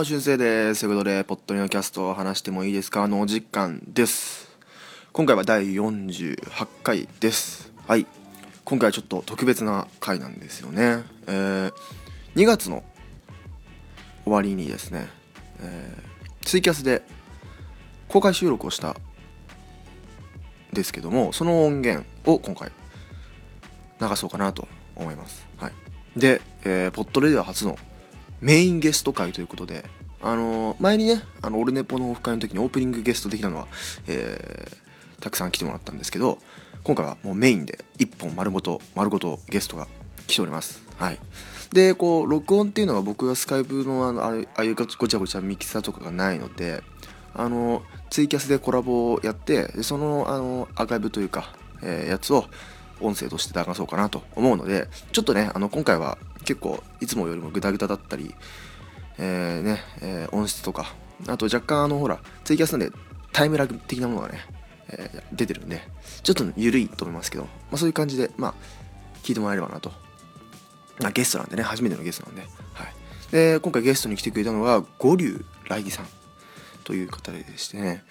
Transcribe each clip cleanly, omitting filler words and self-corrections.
俊生です。ということで、ポットリのキャストを話してもいいですかのお時間です。今回は第48回です。はい。今回はちょっと特別な回なんですよね。2月の終わりにですね、ツイキャスで公開収録をしたんですけども、その音源を今回流そうかなと思います。はい。で、ポットレでは初のメインゲスト会ということで、前にね、オルネポのオフ会の時にオープニングゲスト的なのは、たくさん来てもらったんですけど、今回はもうメインで1本丸ごとゲストが来ております。はい。で、こう録音っていうのが僕はスカイプのああいうごちゃごちゃミキサーとかがないので、ツイキャスでコラボをやって、でそのアーカイブというか、やつを音声として流そうかなと思うので、ちょっとね、今回は結構いつもよりもグダグダだったり、音質とか、あと若干ほらツイキャスなんでタイムラグ的なものがね、出てるんでちょっと緩いと思いますけど、そういう感じで聞いてもらえればなと。ゲストなんでね、初めてのゲストなんで、はい。で今回ゲストに来てくれたのが五竜来義さんという方でしてね、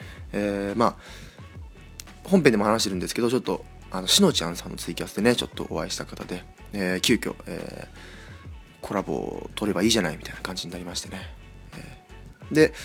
本編でも話してるんですけど、ちょっとしのちゃんさんのツイキャスでねちょっとお会いした方で、急遽、コラボを取ればいいじゃないみたいな感じになりましてね、で、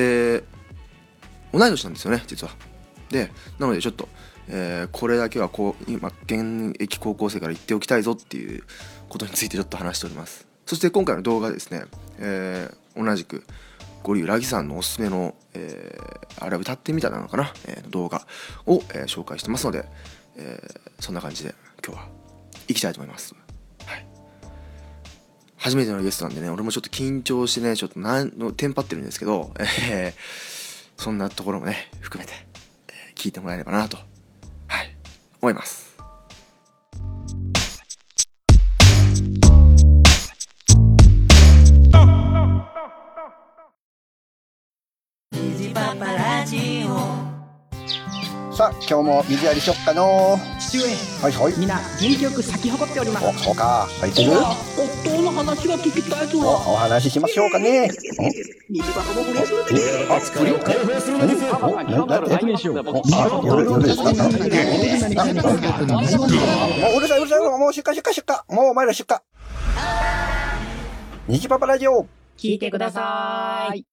同い年なんですよね実は。でなのでちょっと、これだけは今現役高校生から言っておきたいぞっていうことについてちょっと話しております。そして今回の動画ですね、同じくゴリュウラギさんのおすすめの、あれは歌ってみたなのかな、動画を、紹介してますので、そんな感じで今日は行きたいと思います。はい。初めてのゲストなんでね、俺もちょっと緊張してね、ちょっとテンパってるんですけど、そんなところもね含めて、聞いてもらえればなと、はい、思います。 さあ今日も水やりしよっかの。 父上、 はいはい。 みんな元気よく咲き誇っております。 お、そうか。入ってる？ 夫の話が聞きたいとは。 お話ししましょうかね。 虹箱の不倫するで不倫？ 何しよう。 夜ですか？もううるさい。もう出荷。もうお前ら出荷。虹パパラジオ。 聞いてください。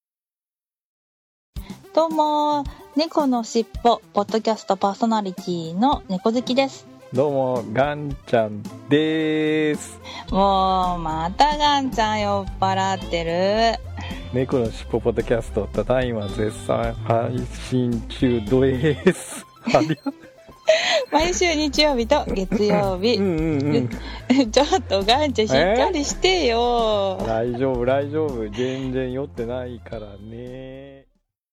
どうも、猫のしっぽポッドキャストパーソナリティの猫好きです。 どうもガンちゃんです。 もうまたガンちゃん酔っ払ってる。 猫のしっぽポッドキャストただいま絶賛配信中です。 毎週日曜日と月曜日。ちょっとガンちゃんしっかりしてよ。 大丈夫全然酔ってないからね。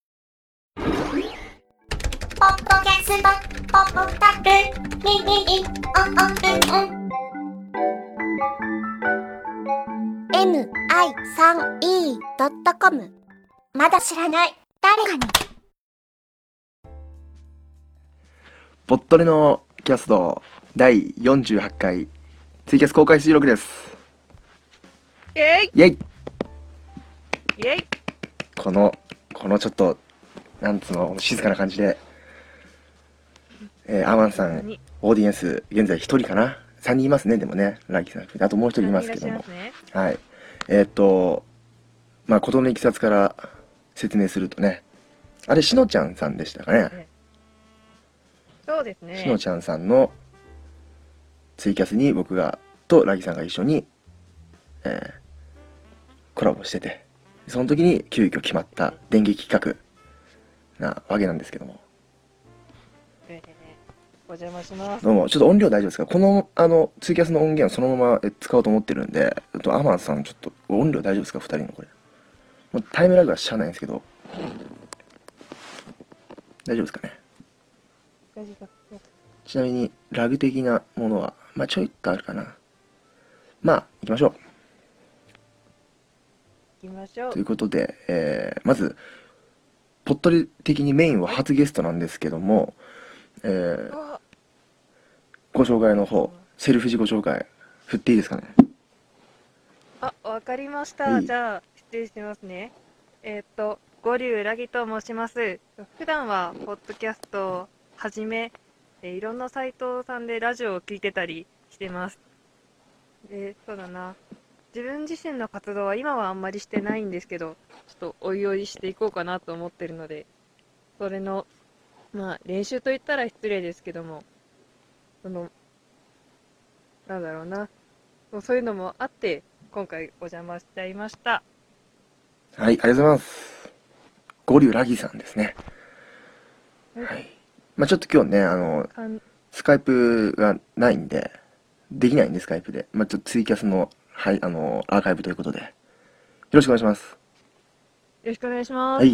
ポッドキャストポッドタルミミミmi3e.com まだ知らない誰かに。 ポットレのキャスト第48回ツイキャス公開収録です。イェイこのちょっとなんつうの静かな感じで、アマンさんオーディエンス現在1人かな、3人いますね。でもねラギさんあともう1人いますけども、はい。事のいきさつから説明するとね、あれしのちゃんさんでしたかね。 そうですね。 しのちゃんさんのツイキャスに僕がとラギさんが一緒に、コラボしてて、その時に急遽決まった電撃企画なわけなんですけども、 お邪魔します。 どうも。ちょっと音量大丈夫ですか？このツイキャスの音源をそのまま使おうと思ってるんで、アマンさんちょっと音量大丈夫ですか？2人のこれもうタイムラグはしゃあないんですけど、大丈夫ですかね？ちなみにラグ的なものはちょいっとあるかな。行きましょう。ということで、まずポットリ的にメインは初ゲストなんですけども、ご紹介の方、セルフ自己紹介振っていいですかね？ わかりました。じゃあ失礼しますね。 五竜ラギと申します。普段はポッドキャストをはじめ、いろんなサイトさんでラジオを聞いてたりしてます。そうだな。自分自身の活動は今はあんまりしてないんですけど、ちょっとおいおいしていこうかなと思ってるので、それの、まあ練習と言ったら失礼ですけども、なんだろうな。そういうのもあって、今回お邪魔しちゃいました。 はい、ありがとうございます。ゴリュラギさんですね。はい。まあちょっと今日ね、スカイプがないんで、できないんで、スカイプで。まあちょっとツイキャスの、はい、アーカイブということで。よろしくお願いします。 よろしくお願いします。 はい。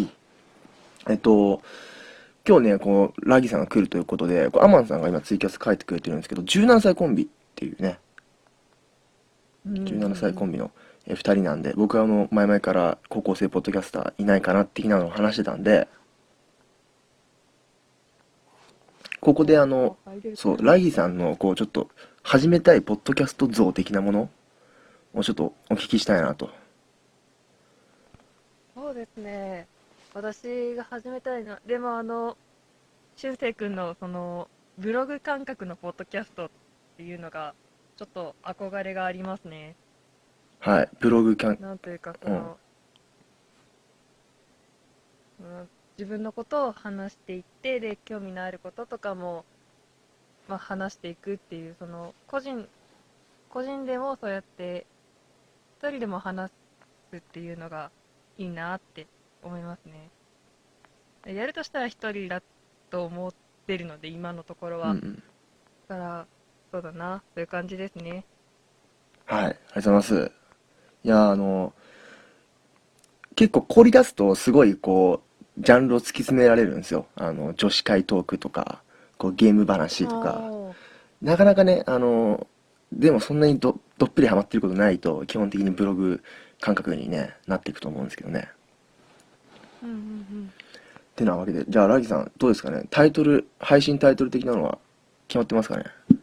今日ね、こう、ラギさんが来るということで、アマンさんが今ツイキャス書いてくれてるんですけど、17歳コンビっていうね、17歳コンビの2人なんで、僕は前々から高校生ポッドキャスターいないかな的なのを話してたんで、ここでそう、ラギさんのこうちょっと始めたいポッドキャスト像的なものをちょっとお聞きしたいなと。 そうですね。私が始めたいの、でも俊く君のそのブログ感覚のポッドキャストっていうのがちょっと憧れがありますね。 はい、ブログなんというか自分のことを話していって、で興味のあることとかも、まあ、話していくっていう、その個人でもそうやって一人でも話すっていうのがいいなって思いますね。やるとしたら一人だと思ってるので、今のところは。だから、そうだな、そういう感じですね。 はい、ありがとうございます。いや、結構凝り出すとすごいこう、ジャンルを突き詰められるんですよ。女子会トークとか、こうゲーム話とか。なかなかね、でもそんなにどっぷりハマってることないと、基本的にブログ感覚にね、なっていくと思うんですけどね。ってなわけで、じゃあラギさん、どうですかね、配信タイトル的なのは決まってますかね。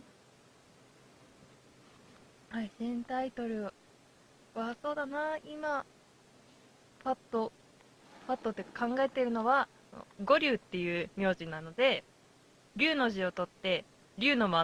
配信タイトルは、そうだな、今、パッとって考えてるのは、五竜っていう名字なので、竜の字を取って、竜の間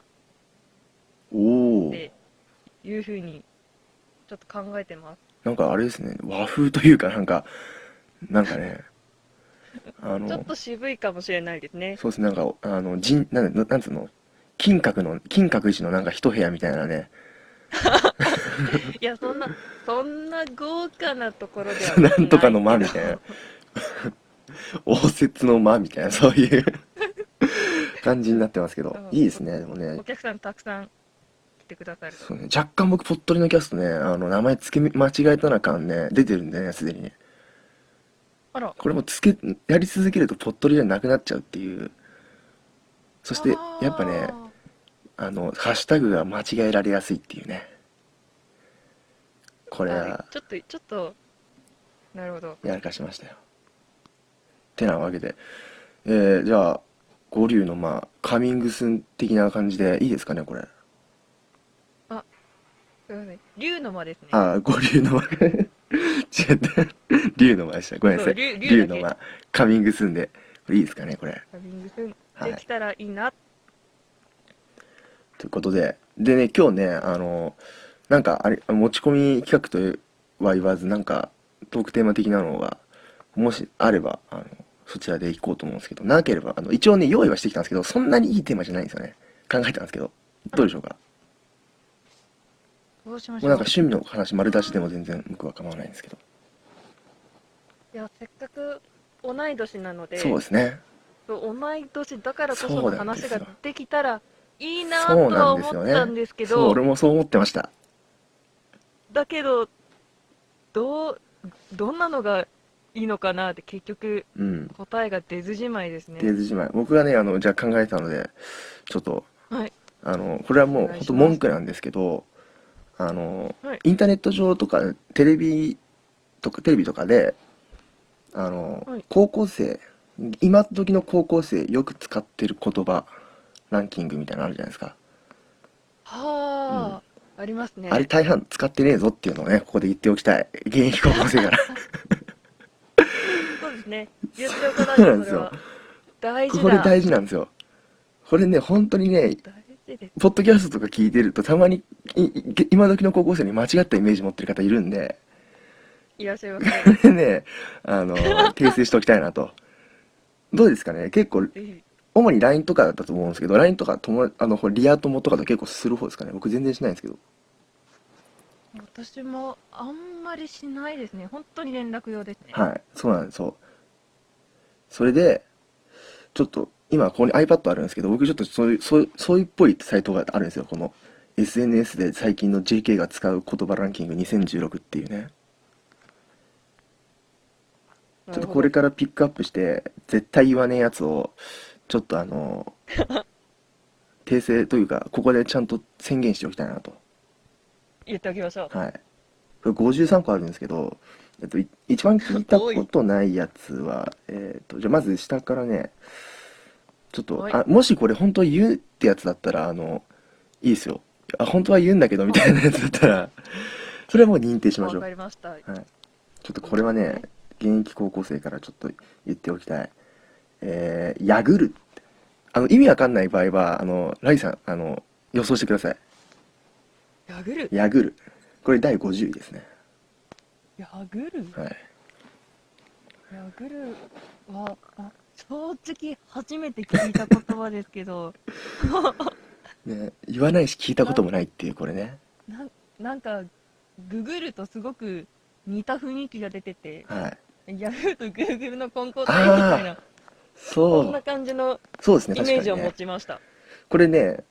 っていう風に、ちょっと考えてます。 なんかあれですね、和風というかなんかね、 ちょっと渋いかもしれないですね。 そうですね、なんか、なんつうの、金閣寺のなんか一部屋みたいなね。 いや、そんな豪華なところではなないんとかの間みたいな。応接の間みたいな、そういう感じになってますけど、いいですね、でもね。 お客さんたくさん来てくださる。 そうね、若干僕、ぽっとりのキャストね、名前付け間違えたな感ね、出てるんでね、すでにね。 あら。 これもやり続けるとぽっとりじゃなくなっちゃうっていう。そして、やっぱね、ハッシュタグが間違えられやすいっていうね。これは、 ちょっと、なるほど。 やらかしましたよ。てなわけで、じゃあ、五竜のまあ、カミングスン的な感じでいいですかね、これ。 すいません。竜の間ですね。 五竜の間。違った。竜の間でした。ごめんなさい。竜の間。カミングスンで。これいいですかね、これ。 カミングスンできたらいいな。 ということで。でね、今日ね、なんか、持ち込み企画とは言わず、なんか、トークテーマ的なのが、もしあれば、そちらで行こうと思うんですけど、なければ、一応ね、用意はしてきたんですけど、そんなにいいテーマじゃないんですよね。考えたんですけど、どうでしょうか。 どうしましょう。 もうなんか趣味の話丸出しでも全然僕は構わないんですけど。 いや、せっかく同い年なので、 そうですね。 同い年だからこその話ができたらいいなそうとはなんですよね。 思ったんですけど、 そう、俺もそう思ってました。 だけど、どんなのがいいのかなって結局、答えが出ずじまいですね。 出ずじまい。僕がね、じゃあ考えたので、ちょっと、 はい、 これはもうほんと文句なんですけど、インターネット上とかテレビとかで、高校生、今時の高校生よく使ってる言葉ランキングみたいなのあるじゃないですか。 はあ、ありますね。 あれ大半使ってねえぞっていうのをね、ここで言っておきたい。現役高校生から。 ね。実力だね、 そうなんですよそれは。大事だ。 これ大事なんですよ。これね、本当にね、 大事です。 ポッドキャストとか聞いてるとたまに今時の高校生に間違ったイメージ持ってる方いるんで、 いらっしゃいますね。 これね、訂正しておきたいなと。どうですかね、結構、 ぜひ。 主に LINE とかだったと思うんですけど、LINE とかリア友とかと結構する方ですかね。僕全然しないんですけど。 私もあんまりしないですね。本当に連絡用ですね。 はい、そうなんです。そう。それで、ちょっと、今ここに iPad あるんですけど、僕ちょっとそういうっぽいサイトがあるんですよ。この SNS で最近の JK が使う言葉ランキング2016っていうね。ちょっとこれからピックアップして、絶対言わねえやつを、ちょっと訂正というか、ここでちゃんと宣言しておきたいなと。 言っておきましょう。 はい。これ53個あるんですけど、一番聞いたことないやつは、じゃあまず下からね、ちょっと、 はいもしこれ本当言うってやつだったら、いいですよ。本当は言うんだけど、みたいなやつだったら、それはもう認定しましょう。 わかりました。 はい。ちょっとこれはね、現役高校生からちょっと言っておきたい。ヤグルって。意味わかんない場合は、ライさん、予想してください。 ヤグルヤグル。これ第50位ですね。 ヤグルはい。 ヤグルは、正直初めて聞いた言葉ですけど、 ね、言わないし聞いたこともないっていう、これね。 なんか、ググるとすごく似た雰囲気が出てて、 はい。 ヤフーとグーグルの混合体みたいな、そんな感じのそうですね、 イメージを持確かにね。 ちました。 これね、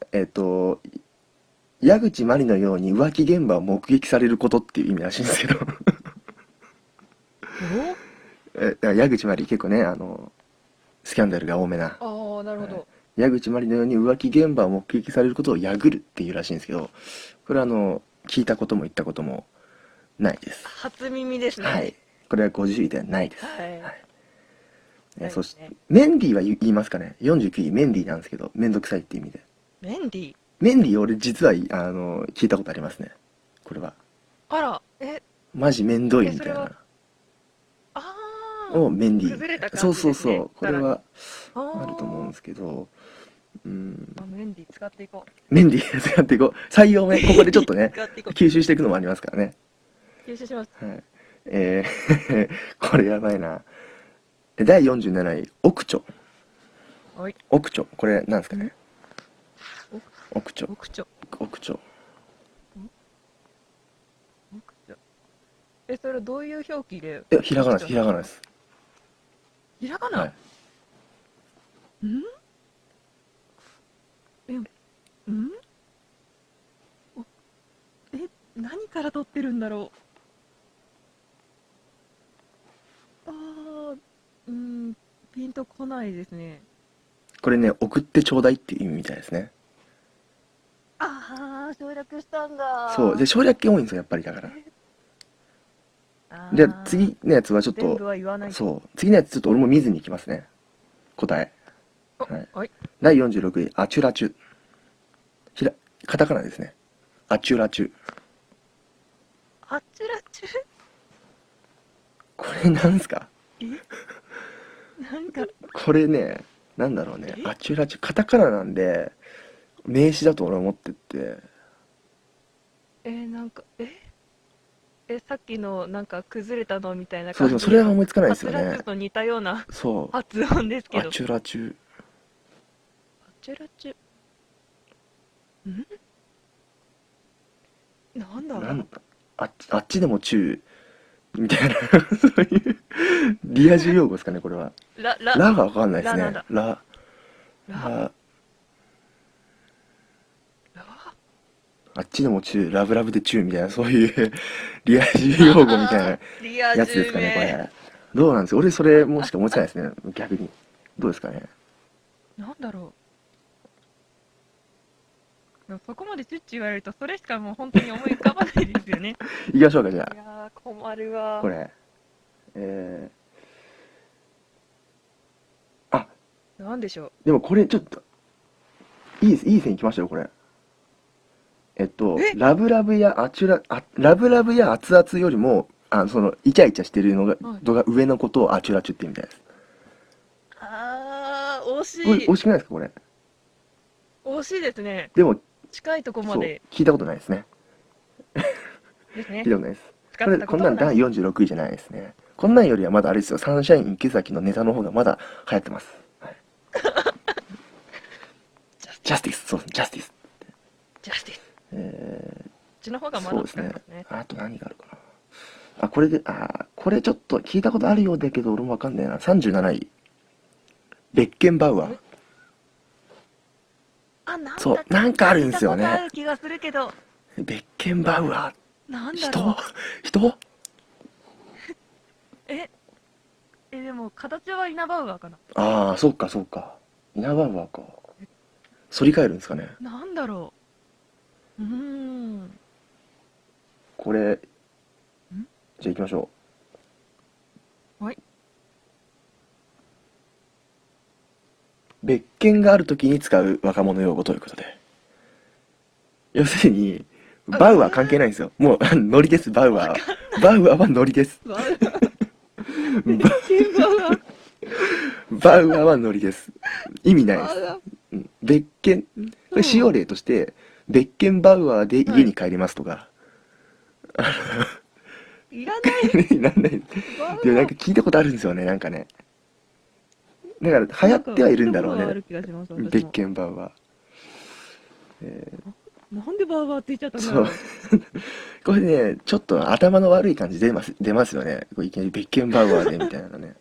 矢口真理のように浮気現場を目撃されることっていう意味らしいんですけど矢口真理結構ね、スキャンダルが多めな。 ああ、なるほど。 はい、矢口真理のように浮気現場を目撃されることをヤグルっていうらしいんですけど、これは聞いたことも言ったこともないです。 初耳ですね。 はい。これは50位ではないです。 はい。 はい。 ないそしてですね、 メンディーは言いますかね。49位メンディーなんですけど、めんどくさいって意味で。 メンディー。 メンディー俺実は聞いたことありますね。これは。 あら、 マジめんどいみたいな。 あをメンディ崩れたー。 感じですねそう。これはああると思うんですけど、 メンディー使っていこメンディー使っていこう。採用ね、ここでちょっとねう。、使っていこう。 吸収していくのもありますからね。 吸収します。 はい。これやばいな。第47位、奥長。 はい。 奥長。これなんですかね。奥長。 奥長。 奥長。 奥長。それどういう表記で？ ひらがなです、ひらがなです。 ひらがな？ はい。 ん？何から取ってるんだろう。ピンとこないですね。 これね、送ってちょうだいっていう意味みたいですね。 ああ、省略したんだ。 そう。で、省略系多いんですよ、やっぱりだから。 あーじゃあ次のやつはちょっ全部と、 は言わない。 そう。次のやつちょっと俺も見ずにいきますね。答え。はい。 はい。 第46位、アチュラチュ。カタカナですね。アチュラチュ。 あちらちゅ。 これなんすか？ なんか、 これね、なんだろうね。アチュラチュ。カタカナなんで、名詞だと俺は思ってて。 なんか、さっきのなんか崩れたのみたいなそう、 感じでもそれは思いつかないですよねはつらつ。と似たようなそう。 発音ですけアど。 チュラチュ。 あちらちゅ。なんだろう。 あっちでもチューみたいなそういうリア充用語ですかね、これは。 ララがわかんないですねラなんだ。 ラ。 ラあっちでもチュー、ラブラブでチューみたいな、そういうリア充用語みたいなリアやつですかね、こ名れ。どうなんですか？俺それもしか思いつかないですね、逆に。どうですかね。 なんだろう。でもそこまでチュッチ言われるとそれしかもう本当に思い浮かばないですよね。 いきましょうか、じゃいやー困るわあ。これ。あ、 なんでしょう。 でもこれちょっと、いい線いきましたよ、これ。ラブラブや熱々よりも、 そのイチャイチャしてるのが、 はい度が上のことをアチュラチュって言うみたいです。 あー、惜しい。 これ惜しくないですかこれ。 惜しいですね。 でも近いとこそうまで聞いたことないですね。 ですね聞いた。ことないです。 使これこんなん第46位じゃないですね。こんなんよりはまだあれですよ、サンシャイン池崎のネタの方がまだ流行ってます。はい、ジャスティス、そうです、ジャスティス。 ジャスティス。こえっちの方がー、 まだそうですね使えますね。。 あと何があるかな。あ、これで、これちょっと聞いたことあるようだけど、俺もわかんないな。37位。ベッケンバウアー。 あ、なんだそうなんかあるんですよね聞いたことある気がするけど、 ベッケンバウアなんー。 だろう。 人でも形はイナバウアーかな。 ああ、そっかそっか。イナバウアーか。反り返るんですかね。 なんだろう。 これ、じゃあ行きましょう。 はい。 別件があるときに使う若者用語ということで。要するに、バウアー関係ないんですよ。もう、ノリです、バウアー。バウアーはノリです。バウアーはノリです。意味ないです。別件、これ使用例として、別件バウアーで家に帰りますとか。 いらない。 なんない。でもなんか聞いたことあるんですよね、なんかね。だから流行ってはいるんだろうね。別件バウアー。 なんでバウアーって言っちゃったんだろそう。これね、ちょっと頭の悪い感じ出ますよね。こういきなり別件バウアーでみたいなね。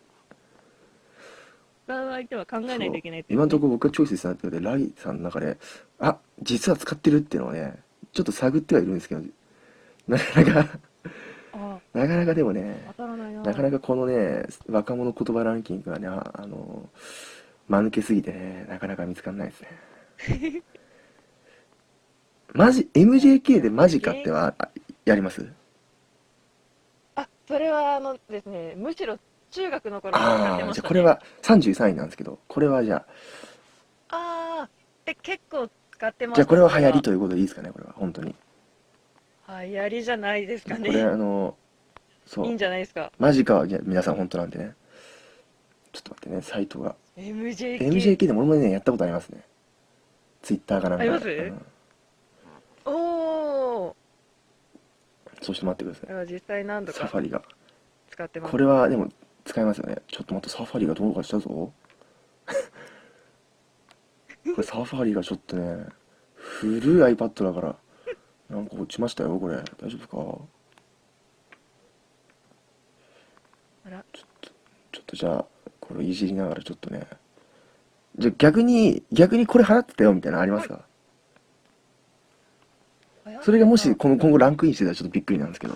使う相手は考えないといけないって今のところ僕がチョイスしたので、ライさんの中で、実は使ってるっていうのをね、ちょっと探ってはいるんですけど、なかなか、なかなかでもね、 当たらないな。 なかなかこのね、若者言葉ランキングがね、間抜けすぎてね、なかなか見つかんないですね。MJK でマジかってはやります？ それはですね、むしろ中学の頃に使ってましたね。 じゃあこれは33位なんですけど、これはじゃ結構使ってました。 じゃあこれは流行りということでいいですかね、これは、本当に。 流行りじゃないですかね。 これそう。 いいんじゃないですか。 マジかは皆さん本当なんでね。ちょっと待ってね、サイトが。 MJK。 MJK でも俺もね、やったことありますね。ツイッターかなんかで。 ありますおー。 そうして待ってください。 だから実際何度かサファリが。 使ってます。 これはでも使えますよね。ちょっと待って、サファリがどうかしたぞ。これサファリがちょっとね、古い iPad だから、なんか落ちましたよ、これ。大丈夫か？ちょっとじゃあ、これいじりながらちょっとね。じゃあ逆にこれ払ってたよみたいなのありますか？それがもし今後ランクインしてたらちょっとびっくりなんですけど。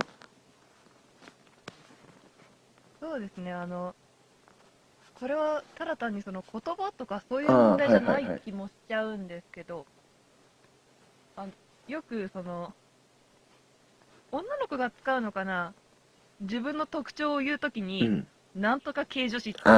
そうですね、これはただ単にその言葉とかそういう問題じゃない気もしちゃうんですけど、よくその女の子が使うのかな、自分の特徴を言うときに、なんとか系女子っていうふうに、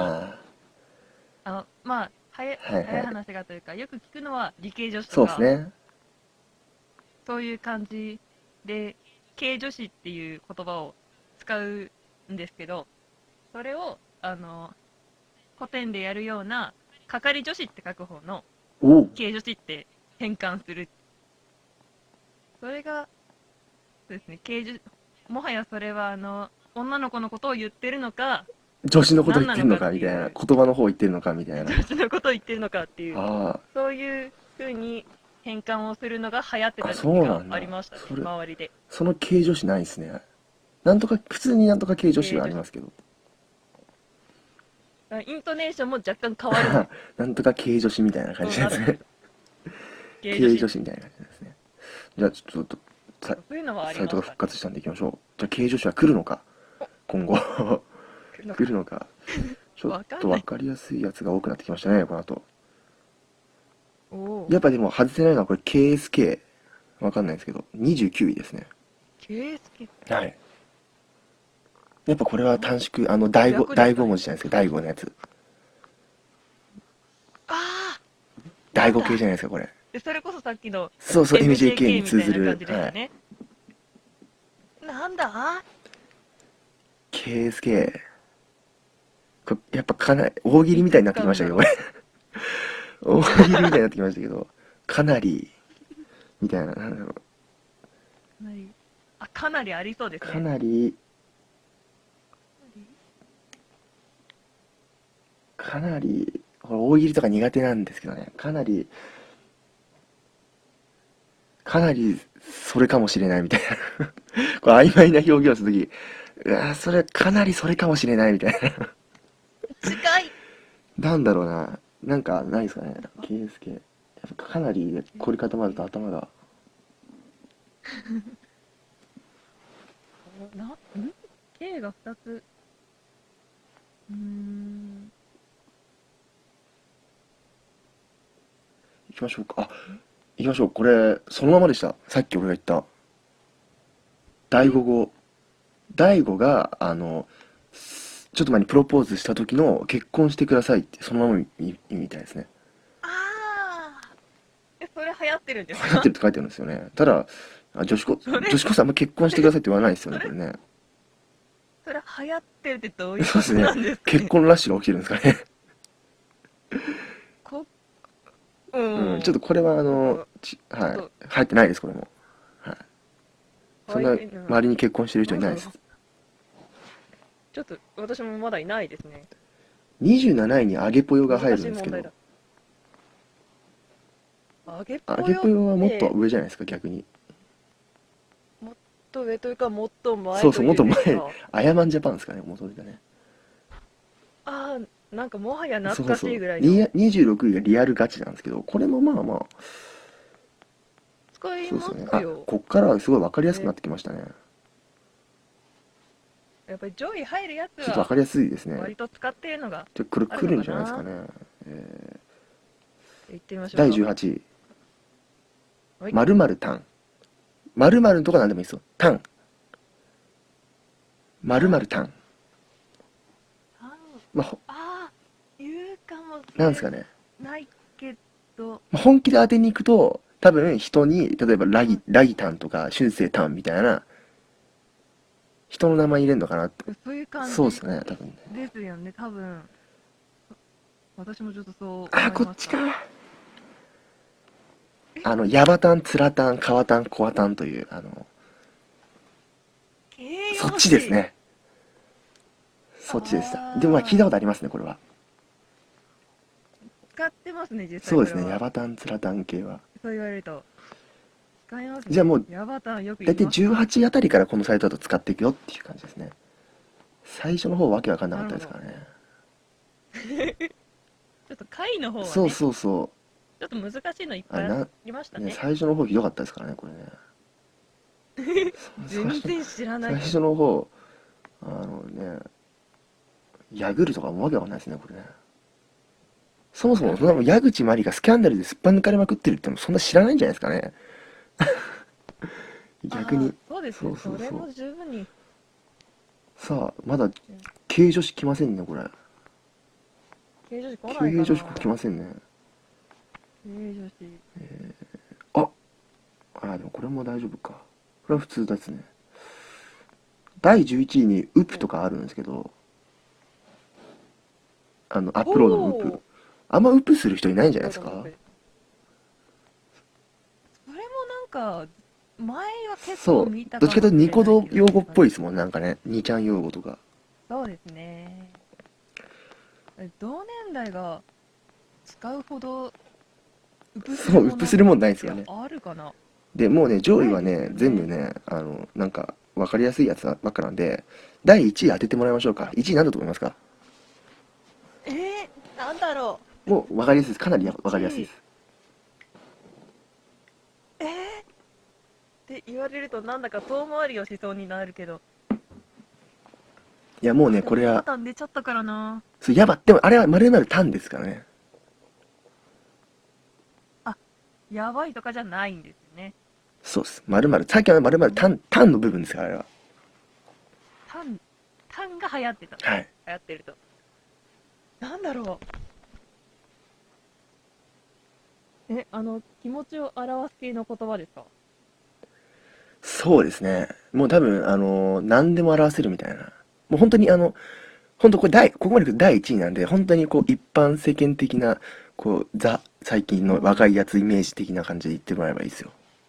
早い話がというか、よく聞くのは理系女子とか、 そうですね。 そういう感じで、系女子っていう言葉を使うんですけど、それを古典でやるような係女子って書く方の系女子って変換する。それがそうですね、もはやそれは女の子のことを言ってるのか、 女子のこと言ってるのかみたいな、言葉の方言ってるのかみたいな。 女子のことを言ってるのかっていう、そういう風に変換をするのが流行ってた時期がありましたね、周りで。 その系女子ないですね。普通になんとか系女子はありますけど。 イントネーションも若干変わる。 なんとか系女子みたいな感じですね。系女子みたいな感じですね。じゃあちょっとサイトが復活したんでいきましょう。じゃあ系女子は来るのか、今後来るのか。ちょっと分かりやすいやつが多くなってきましたね、この後。やっぱでも外せないのはこれ KSK。わかんないですけど、29位ですね。 KSK？ はい。やっぱこれは短縮、第5文字じゃないですか、第5のやつ。第5系じゃないですか、これ。 それこそさっきのそうそう、MJK に通ずる。 なんだ KSK。やっぱかなり、大喜利みたいになってきましたけど、これ。大喜利みたいになってきましたけど、かなり、みたいな、なんだろう。 かなりありそうですね。 かなり、これ大喜利とか苦手なんですけどね、かなり、それかもしれないみたいな。これ曖昧な表現をするとき、それ、かなりそれかもしれないみたいな。 近い。 なんだろうな。なんか、ないですかね。KSK。やっぱかなり凝り固まると頭が。 K が2つ。 行きましょうか。行きましょう。これ、そのままでした。さっき俺が言った。第5語。第5が、ちょっと前にプロポーズした時の結婚してくださいって、そのまま意味みたいですね。 それ流行ってるんですか？ 流行ってるって書いてあるんですよね。ただ、女子高生あんま結婚してくださいって言わないですよね、これね。 それ流行ってるってどういうこそうですねとなんです。かね？ 結婚ラッシュが起きるんですかね。ちょっとこれははい。入ってないです、これも。はい。そんな、周りに結婚してる人いないです。 ちょっと私もまだいないですね。 27位にアゲポヨが入るんですけど、 アゲアゲポヨはもっと上じゃないですか、逆に。 もっと上というかもっと前そうそう、もっと前というか、 アヤマンジャパンですかね、もうそれだね。 なんかもはやそう懐かそう。 しいぐらいの。 26位がリアルガチなんですけど、これもまあまあ、 使いまそうですよね。 すよ。 こっからはすごい分かりやすくなってきましたね。 やっぱり上位入るやつちょっと分はかりやすいですね。 割と使っているのがこれ来るんじゃないですかね。 言ってみましょうか。 第18位。 はい 〇〇タン。〇〇のとかなんでもいいですよ。タン。〇〇タン。まあ、 言うかもしなんですかね。 れないけど、 本気で当てに行くと、多分人に、例えばラギタンとか、春生タンみたいな、人の名前入れるのかなって。 そういう感じそうですね、多分ね。 ですよね、多分。私もちょっとそう思いました。 こっちか。ヤバタン、ツラタン、カワタン、コアタンという、そっちですね。そっちでした。でもまあ聞いたことありますね、これは。 使ってますね、実際。 そうですね、 これはヤバタン、ツラタン系は。 そう言われると。使いますね。 じゃあもう、 ヤバタンよくだいたい言います。ち 18あたりからこのサイトだと使っていくよっていう感じですね。最初の方わけわかんなかったですからね。 ょっと回の方はね、 そうそうそちょっと難しいのいっぱいありましたう。ね、 ね。 最初の方ひどかったですからね、これね。 全然知らない最。初の方、ヤグルとかもわけわかんないですね、これね。そもそも、そんな矢口真理がスキャンダルですっぱ抜かれまくってるってのもそんな知らないんじゃないですかね。逆に。 そうですね。 そうそうそうそれも十分に。 さあ、まだ、軽女子来ませんね、これ。 軽女子来ないかな。 軽女子来ませんね。 軽女子。 でもこれも大丈夫か。これは普通ですね。第11位にウプとかあるんですけど、アップロードのウプ。あんまウプする人いないんじゃないですか。 それもなんか、前は結そう。 構見たどっちかというとニコ動用語っぽいい。 ですもん、なんかね。2ちゃん用語とか。 そうですね。同年代が使うほどウプするそうウプするもんないですよねあるかな。 で、もうね、上位はね、 ないですよね全部ね、なんか、わかりやすいやつばっかなんで、第1位当ててもらいましょうか。1位何だと思いますか。 なんだろもうわかりやすいです。かなりわかりやすいです。 う。って言われるとなんだか遠回りをしそうになるけど。 いや、もうね、これは、 パターン出ちゃったからな。 そうやば、でもあれは丸々タンですからね。 やばいとかじゃないんですよね。 そうです。丸々、さっきは丸々タンの部分ですから、あれは。 タンが流行ってた。 はい。 流行ってると。なんだろう。気持ちを表す系の言葉ですか？ そうですね。もう多分、何でも表せるみたいな。 もう本当に本当ここまで来る第1位なんで、本当にこう一般世間的な、こう、最近の若いやつイメージ的な感じで言ってもらえばいいですよ。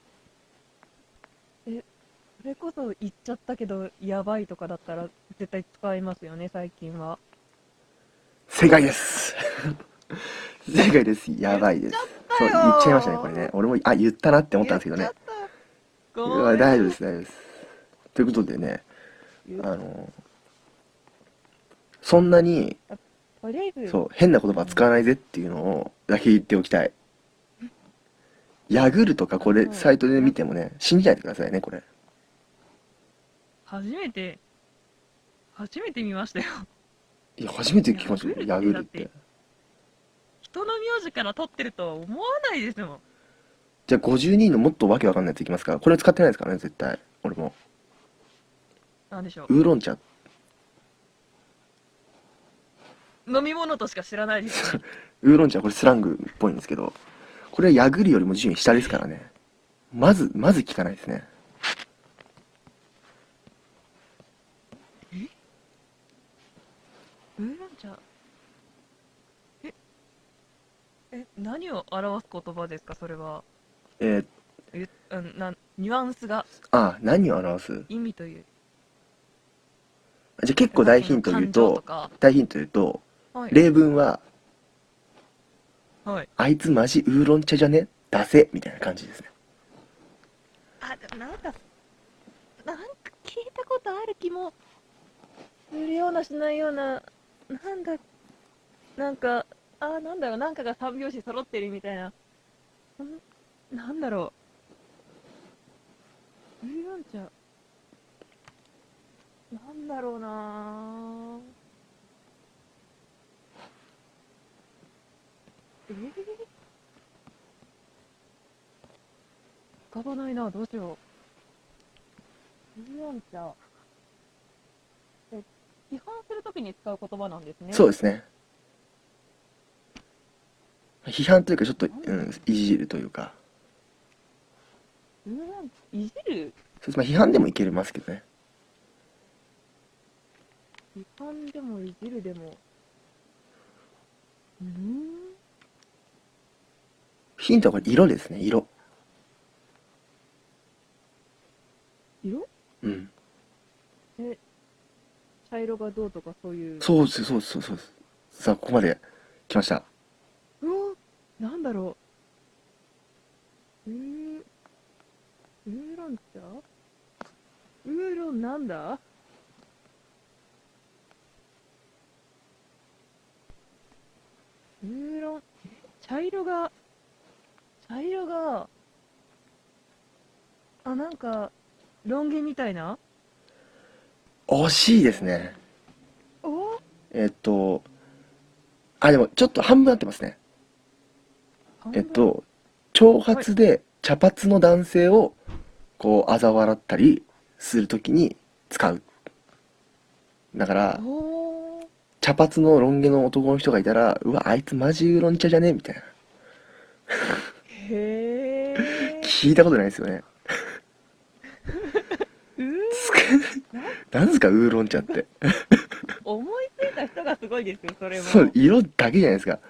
それこそ言っちゃったけど、やばいとかだったら絶対使いますよね、最近は。 正解です正解です。やばいです。そう、言っちゃいましたね、これね。俺も、言ったなって思ったんですけどね。大丈夫です、大丈夫です。ということでね、そんなに、 とりあえず、 そう、変な言葉使わないぜっていうのをだけ言っておきたい。ヤグルとかこれ、サイトで見てもね、信じないでくださいね、これ。 初めて見ましたよ。 いや、初めて聞きましたよ、ヤグルって。 人の名字から取ってるとは思わないですもん。 じゃあ52のもっとわけわかんないやついきますか。これ使ってないですからね、絶対。俺も。 なんでしょウーロン茶。 う。飲み物としか知らないですね。 ウーロン茶、これスラングっぽいんですけど、これはヤグルよりも順位下ですからね。まず聞かないですね。 ウーロン茶。何を表す言葉ですか、それは。ニュアンスが。 何を表す？ 意味という。 じゃあ結構大ヒント言うと、 はい、 例文は、 はい、 あいつマジウーロン茶じゃね？出せみたいな感じですね。 でもなんか聞いたことある気もするようなしないような、なんかが三拍子揃ってるみたいな。なんだろう。ウーロン茶。なんだろうなぁ。浮かばないな、どうしよう。ウーロン茶。批判するときに使う言葉なんですね。 そうですね。批判というかちょっと、いじるというか。 いじる？ そうです。批判でもいけますけどね。 批判でもいじるでも。 ヒントはこれ色ですね、色。 色？ うん。 茶色がどうとかそういう。 そうです。さあ、ここまで来ました。 なんだろう。ウーロン茶？ウーロンなんだ？ウーロン、茶色が、なんか、ロン毛みたいな？ 惜しいですね。 お？ でもちょっと半分合ってますね。長髪で茶髪の男性をこう嘲笑ったりするときに使う。だから茶髪のロン毛の男の人がいたら、うわあいつマジウーロン茶じゃねみたいな。聞いたことないですよね。なんですかウーロン茶って。 思いついた人がすごいですよ、それも。 そう、色だけじゃないですか。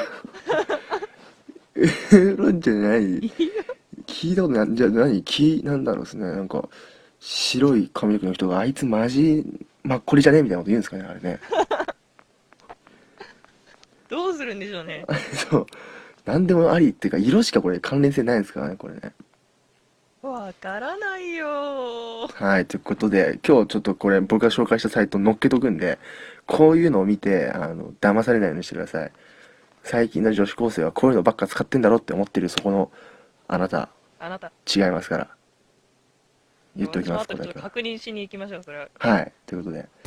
ウーロン茶じゃない。聞いたことない。じゃあなんだろうですね。なんか、白い髪の毛の人が、あいつマジ、マッコリじゃねみたいなこと言うんですかね、あれね。 どうするんでしょうね。 そう。なんでもありっていうか、色しかこれ関連性ないですからね、これね。 わからないよ。 はい、ということで、今日ちょっとこれ僕が紹介したサイト載っけとくんで、こういうのを見て、騙されないようにしてください。最近の女子高生はこういうのばっか使ってんだろって思ってるそこのあなた違いますから言っておきます。 これ確認しに行きましょう、それは。 はい、ということで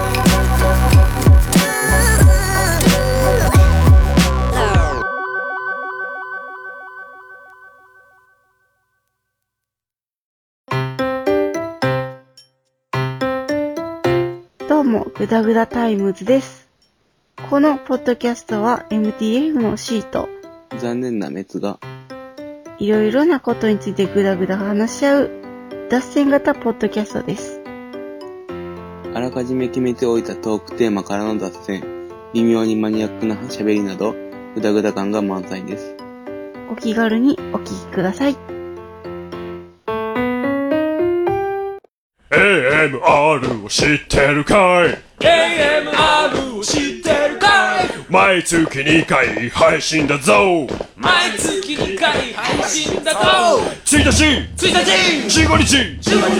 どうもグダグダタイムズです。このポッドキャストは MTF のシート残念な滅がいろいろなことについてグダグダ話し合う脱線型ポッドキャストです。 あららかじめ決めておいたトークテーマからの脱線、微妙にマニアックな喋りなど、グダグダ感が満載です。 お気軽にお聞きください。 AMR を知ってるかい？ AMR を知ってるかい？ 毎月2回配信だぞ。 毎月2回配信だぞ。 1日15日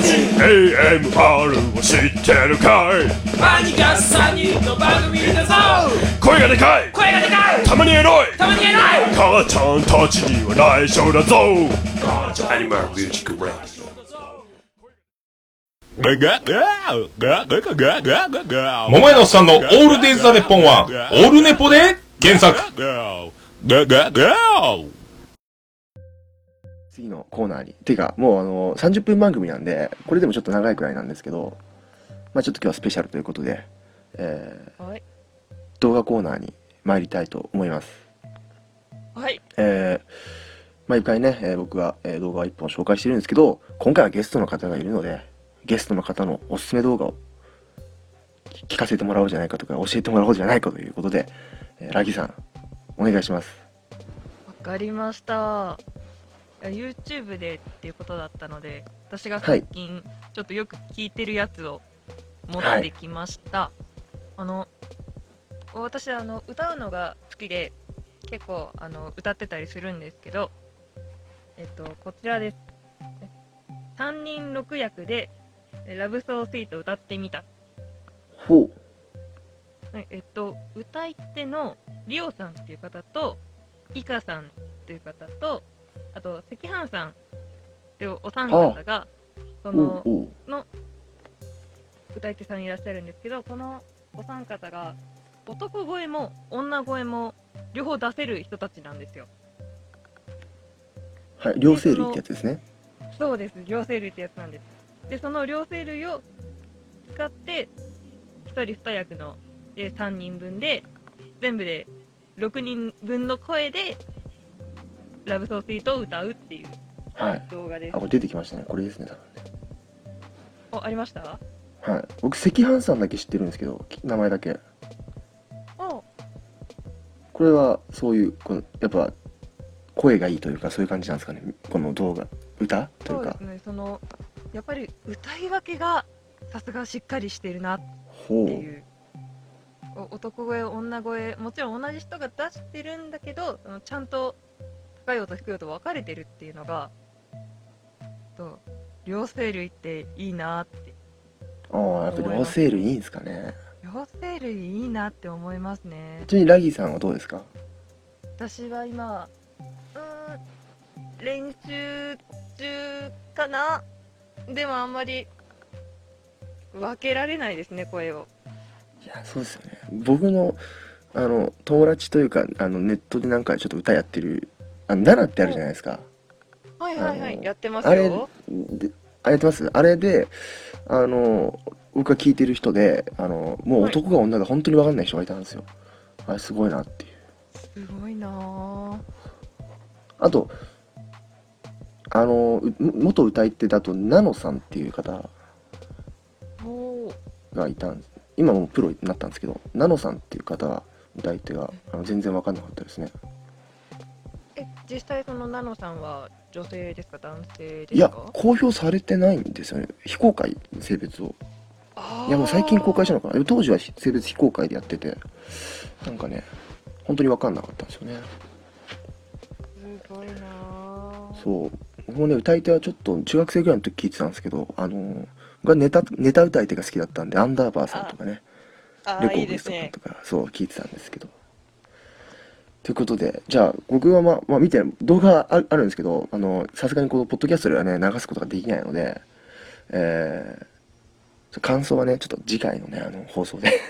AMR を知ってるかい？ マニガ3人の番組だぞ。 声がでかいたまにエロい母ちゃんたちには内緒だぞ。アニマルミュージックラジオ。 桃屋のおっさんのオールデイズ・ザ・ネッポンはオールネポで検索。 次のコーナーにてかもう30分番組なんでこれでもちょっと長いくらいなんですけど、まあちょっと今日はスペシャルということで、 はい。 動画コーナーに参りたいと思います。 はい。 毎回ね、僕が、動画を1本紹介してるんですけど、今回はゲストの方がいるので、ゲストの方のおすすめ動画を聞かせてもらおうじゃないかとか教えてもらおうじゃないかということで、ラギさんお願いします。 わかりました。YouTube でっていうことだったので、私が最近ちょっとよく聞いてるやつを持ってきました。私歌うのが好きで結構歌ってたりするんですけど、こちらです。3人6役でラブソースイート歌ってみた。 ほう。 歌い手のリオさんっていう方とイカさんっていう方と、あと赤飯さんっていうお三方がの歌い手さんいらっしゃるんですけど、このお三方が男声も女声も両方出せる人たちなんですよ。 はい、両声類ってやつですね。 そうです、両声類ってやつなんです。でその両声類を使って1人2役の3人分で全部で6人分の声でラブソースイートを歌うっていう動画です。 これ出てきましたね。これですね、多分ね。 ありました？ はい。僕赤飯さんだけ知ってるんですけど、名前だけ。これはそういうやっぱ声がいいというかそういう感じなんですかね。この動画歌というか。 そうですね。やっぱり歌い分けがさすがしっかりしてるなっていう。男声女声もちろん同じ人が出してるんだけど、ちゃんと高い音低い音分かれてるっていうのが両声類っていいなって。 やっぱ両声類いいんですかね。 両声類いいなって思いますね。 ちなみにラギーさんはどうですか？ 私は今練習中かな。でもあんまり分けられないですね、声を。 いや、そうですよね。僕の友達というかネットでなんかちょっと歌やってるナナってあるじゃないですか。 はいはいはい、やってますよ。 やってます。あれで僕が聞いてる人でもう男が女が本当に分かんない人がいたんですよ。あれすごいなっていう。 すごいなぁ。 あと元歌い手だとナノさんっていう方がいたんです。今もうプロになったんですけど、ナノさんっていう方が歌い手が全然分かんなかったですね。 実際そのナノさんは女性ですか男性ですか？ いや、公表されてないんですよね。非公開性別を。いや、もう最近公開したのかな。当時は性別非公開でやってて、なんかね本当に分かんなかったんですよね。 すごいなぁ。 そう、僕もね歌い手はちょっと中学生ぐらいの時聞いてたんですけど、僕はネタ歌い手が好きだったんで、アンダーバーさんとかね、レコードさんとかそう聞いてたんですけど。ということで、じゃあ僕は見て動画あるんですけど、さすがにこのポッドキャストではね流すことができないので、感想はねちょっと次回のね放送で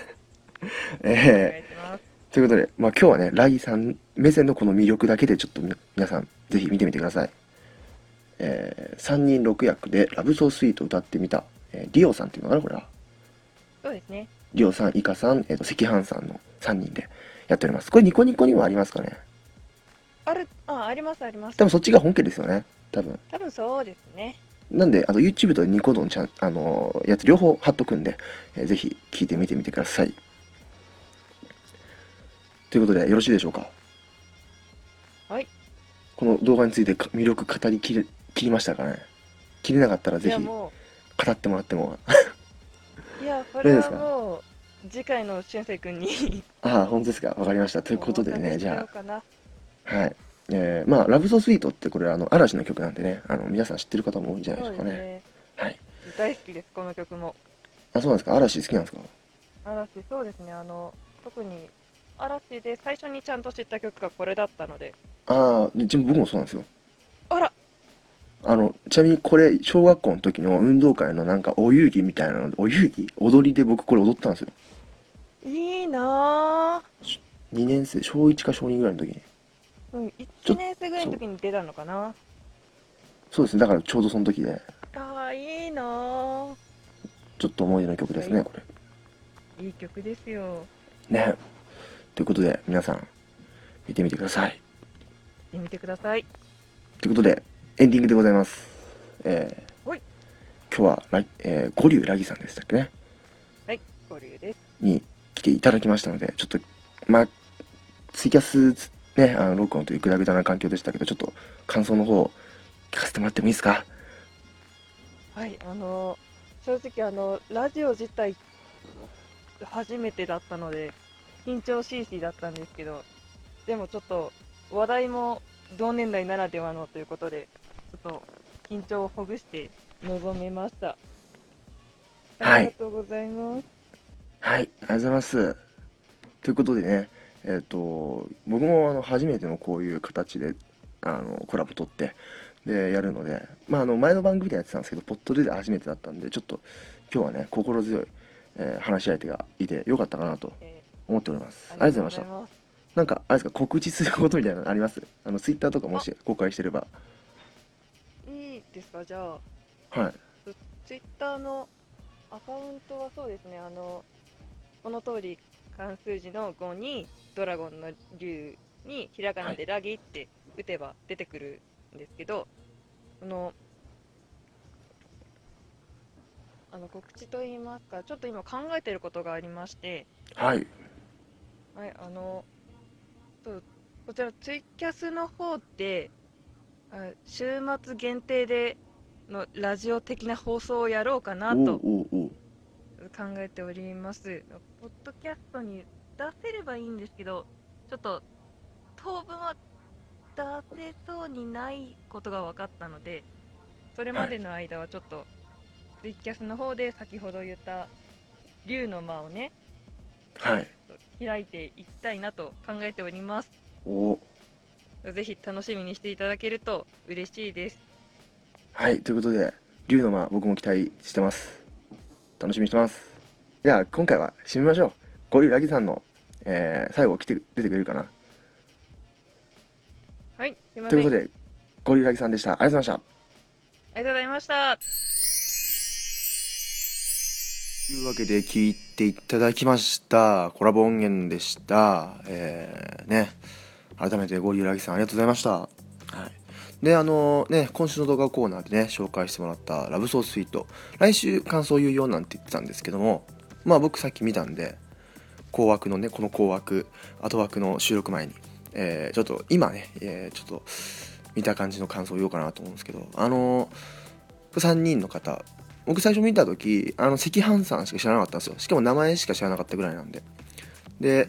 ということで、今日はねラギさん目線のこの魅力だけでちょっと皆さんぜひ見てみてください。3人6役でラブソースイート歌ってみた、リオさんっていうのかな、これは。 そうですね。 リオさん、イカさん、赤飯さんの3人でやっております。これニコニコにもありますかね？ ありますあります。 多分そっちが本家ですよね。多分そうですね。 なんでYouTube とニコ動のやつ両方貼っとくんで、ぜひ聞いてみてみてください。ということでよろしいでしょうか。 はい。 この動画について魅力語り切りましたかね。切れなかったらぜひ語ってもらってもいや、それはもう次回の俊生君にああ、本当ですか。わかりました。ということでね、じゃあはい。まあ、ラブソースイートってこれ嵐の曲なんでね、皆さん知ってる方も多いんじゃないでしょうかね。はい。 大好きです、この曲も。 あ、そうなんですか。嵐好きなんですか。 嵐、そうですね。特に嵐で最初にちゃんと知った曲がこれだったので。 ああ、僕もそうなんですよ。 あら。 ちなみにこれ小学校の時の運動会のなんかお遊戯みたいなので、踊りで僕これ踊ったんですよ。 いいなぁ。 2年生、小1か小2ぐらいの時に。 1年生ぐらいの時に出たのかな。 そうですね。だからちょうどその時で。 ああ、いいなぁ。 ちょっと思い出の曲ですね、これ。いい曲ですよ。 ね。ということで皆さん見てみてください。 見てください。 ということでエンディングでございます。今日は五竜ラギさんでしたっけね。 はい、五竜です。 に来ていただきましたので、ちょっとツイキャスね、録音というグダグダな環境でしたけど、ちょっと感想の方聞かせてもらってもいいですか。 はい、正直ラジオ自体初めてだったので緊張しいしだったんですけど、でもちょっと話題も同年代ならではのということで、ちょっと緊張をほぐして臨めました。ありがとうございます。 はい、ありがとうございます。ということでね、僕も初めてのこういう形でコラボ取ってでやるので、前の番組でやってたんですけど、ポッドで初めてだったんで、ちょっと今日はね心強い、話し相手がいてよかったかなと思っております。ありがとうございました。なんかあれですか、告知することみたいなのあります？ツイッターとかもし公開してれば。 いいですか、じゃあ。はい。 ツイッターのアカウントはそうですね、この通り漢数字の5にドラゴンの竜にひらがなでラギって打てば出てくるんですけど、告知といいますか、ちょっと今考えてることがありまして、 はい。 はい、こちらツイキャスの方で週末限定でのラジオ的な放送をやろうかなと考えております。ポッドキャストに出せればいいんですけど、ちょっと当分は出せそうにないことが分かったので、それまでの間はちょっとツイキャスの方で先ほど言った竜の間をね、 はい、 開いていきたいなと考えております。ぜひ楽しみにしていただけると嬉しいです。 はい、ということで竜の間、僕も期待してます。楽しみにしてます。じゃあ今回は締めましょう。ゴリラギさんの、最後出てくれるかな。 はい、すいません。 ということでゴリラギさんでした。ありがとうございました。 ありがとうございました。 というわけで聞いていただきましたコラボ音源でした。ね、改めてゴリラギさんありがとうございました。はい。で今週の動画コーナーでね紹介してもらったラブソースイート、来週感想言うよなんて言ってたんですけども、僕さっき見たんで後枠のね、この後枠後枠の収録前に、ちょっと今ね、ちょっと見た感じの感想を言おうかなと思うんですけど、3人の方、僕最初見た時赤飯さんしか知らなかったんですよ。しかも名前しか知らなかったぐらいなんで。で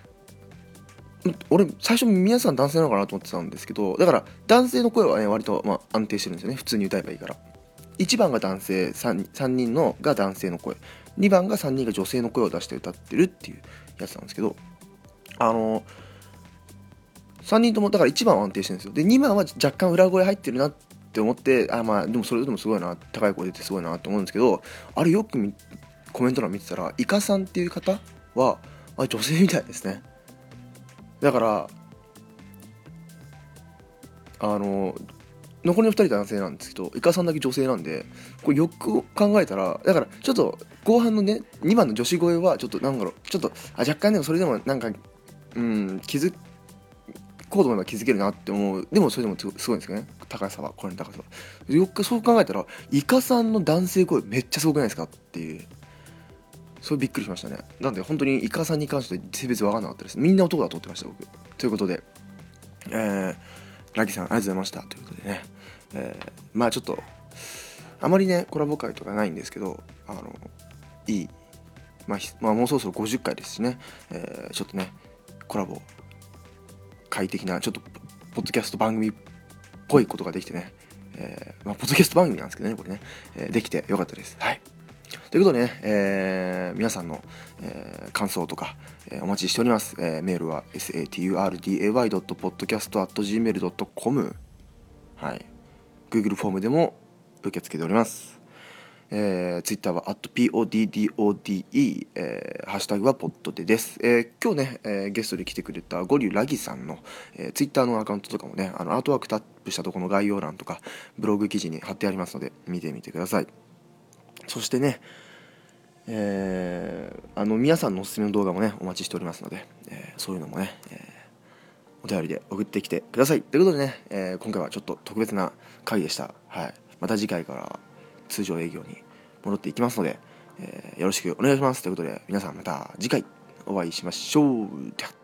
俺最初皆さん男性なのかなと思ってたんですけど、だから男性の声はね割と安定してるんですよね。普通に歌えばいいから。1番が男性 3人のが男性の声、2番が3人が女性の声を出して歌ってるっていうやつなんですけど、3人ともだから1番は安定してるんですよ。で2番は若干裏声入ってるなって思って、でもそれでもすごいな、高い声出てすごいなと思うんですけど、あれよくコメント欄見てたらイカさんっていう方は女性みたいですね。だから残りの2人男性なんですけど、イカさんだけ女性なんで、これよく考えたら、だからちょっと後半のね2番の女子声はちょっとなんだろう、ちょっと若干でもそれでもなんか気づこうと思えば気づけるなって思う。でもそれでもすごいんですけどね、 高さは、声の高さは。よくそう考えたらイカさんの男性声めっちゃすごくないですかっていう、そうびっくりしましたね。なんで本当にイカさんに関して性別分からなかったです。みんな男だと思ってました僕。ということで、ラギさんありがとうございましたということでね、まあちょっとあまりねコラボ会とかないんですけど、いい、まあもうそろそろ50回ですしね、ちょっとねコラボ快適なちょっとポッドキャスト番組っぽいことができてね、まあポッドキャスト番組なんですけどねこれね、できてよかったです。はい。ということでね、皆さんの、感想とか、お待ちしております。メールは saturday.podcast@gmail.com、 はい。Google フォームでも受け付けております。Twitter は @poddode、ハッシュタグはポッドでです。今日ね、ゲストで来てくれたゴリュラギさんの、Twitter のアカウントとかもね、アートワークタップしたところの概要欄とかブログ記事に貼ってありますので見てみてください。そしてね、皆さんのおすすめの動画もねお待ちしておりますので、そういうのもね、お便りで送ってきてください。ということでね、今回はちょっと特別な回でした。はい。また次回から通常営業に戻っていきますので、よろしくお願いします。ということで皆さんまた次回お会いしましょう。